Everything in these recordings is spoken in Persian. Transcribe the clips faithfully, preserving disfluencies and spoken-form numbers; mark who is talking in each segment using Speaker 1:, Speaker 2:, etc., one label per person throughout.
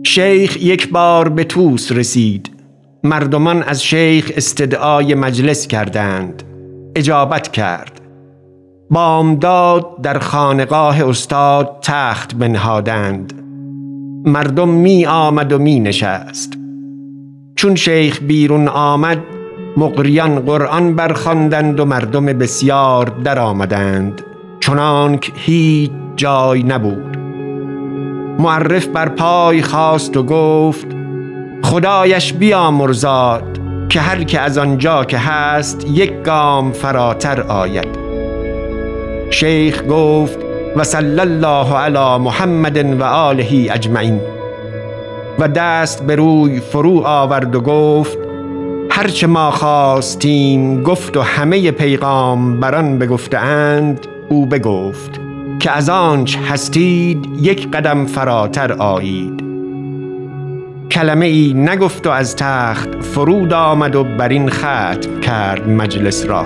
Speaker 1: شیخ یک بار به طوس رسید. مردمان از شیخ استدعای مجلس کردند. اجابت کرد. بامداد در خانقاه استاد تخت بنهادند. مردم می آمد و می نشست. چون شیخ بیرون آمد مقریان قرآن برخواندند و مردم بسیار در آمدند چنانک هیچ جای نبود. معرف بر پای خاست و گفت خدایش بیامرزاد که هر که از آنجا که هست یک گام فراتر آید. شیخ گفت و صلی الله علی محمد و آله اجمعین و دست به روی فرو آورد و گفت هرچه ما خواستیم گفت و همه پیغام بران بگفته اند او بگفت که از آنچ هستید یک قدم فراتر آیید. کلمه ای نگفت و از تخت فرود آمد و بر این ختم کرد مجلس را.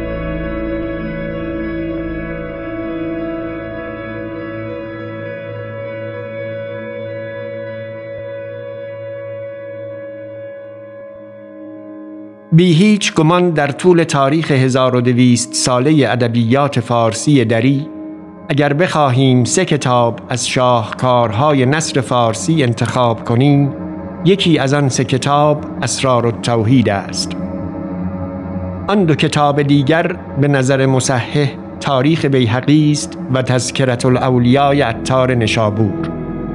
Speaker 1: بی هیچ گمان در طول تاریخ هزار و دویست ساله ادبیات فارسی دری اگر بخواهیم سه کتاب از شاهکارهای نثر فارسی انتخاب کنیم، یکی از آن سه کتاب اسرارالتوحید است. آن دو کتاب دیگر به نظر مصحح تاریخ بیهقی است و تذکرة الاولیاء عطار نشابور.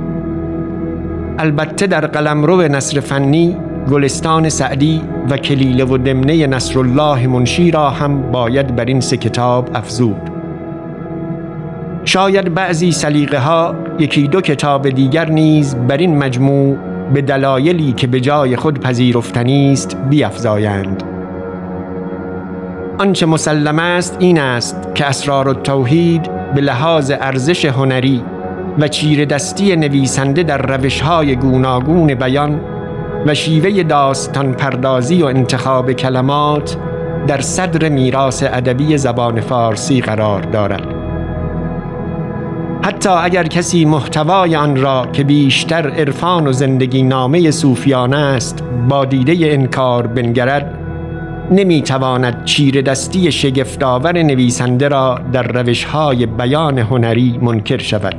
Speaker 1: البته در قلمرو نثر فنی گلستان سعدی و کلیله و دمنه نصرالله منشی را هم باید بر این سه کتاب افزود. شاید بعضی سلیقه ها یکی دو کتاب دیگر نیز بر این مجموع به دلایلی که به جای خود پذیرفتنی است بیفزایند. آنچه مسلم است این است که اسرارالتوحید به لحاظ ارزش هنری و چیره دستی نویسنده در روش‌های گوناگون بیان و شیوه داستان پردازی و انتخاب کلمات در صدر میراث ادبی زبان فارسی قرار دارد. حتی اگر کسی محتوای آن را که بیشتر عرفان و زندگی نامه صوفیانه است با دیده انکار بنگرد، نمیتواند چیره دستی شگفت‌آور نویسنده را در روش‌های بیان هنری منکر شود.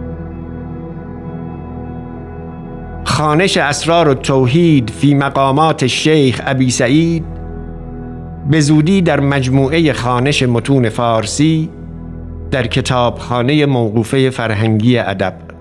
Speaker 1: خوانش اسرارالتوحید فی مقامات الشیخ ابی سعید به زودی در مجموعه خوانش متون فارسی در کتابخانه موقوفه فرهنگی ادب